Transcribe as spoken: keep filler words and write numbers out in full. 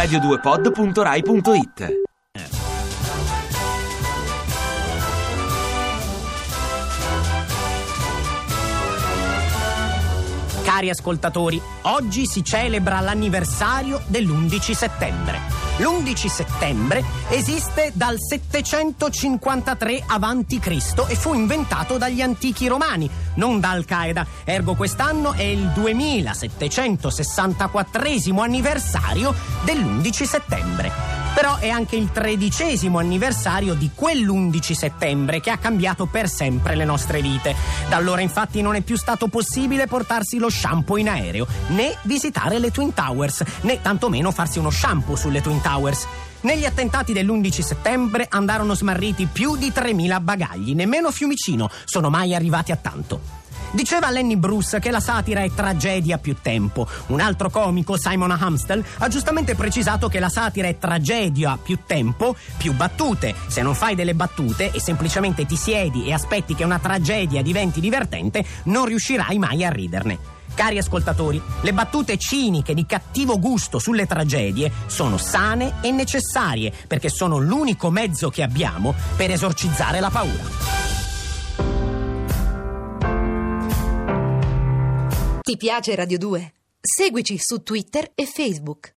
radio due pod punto rai punto it. Cari ascoltatori, oggi si celebra l'anniversario dell'undici settembre. L'undici settembre esiste dal settecentocinquantatré avanti Cristo e fu inventato dagli antichi romani, non da Al-Qaeda. Ergo quest'anno è il duemilasettecentosessantaquattresimo anniversario dell'undici settembre. Però è anche il tredicesimo anniversario di quell'undici settembre che ha cambiato per sempre le nostre vite. Da allora infatti non è più stato possibile portarsi lo shampoo in aereo, né visitare le Twin Towers, né tantomeno farsi uno shampoo sulle Twin Towers. Negli attentati dell'undici settembre andarono smarriti più di tremila bagagli, nemmeno Fiumicino sono mai arrivati a tanto. Diceva Lenny Bruce che la satira è tragedia più tempo. Un altro comico, Simon Amstel, ha giustamente precisato che la satira è tragedia più tempo, più battute. Se non fai delle battute e semplicemente ti siedi e aspetti che una tragedia diventi divertente, non riuscirai mai a riderne. Cari ascoltatori, le battute ciniche di cattivo gusto sulle tragedie sono sane e necessarie, perché sono l'unico mezzo che abbiamo per esorcizzare la paura. Ti piace Radio due? Seguici su Twitter e Facebook.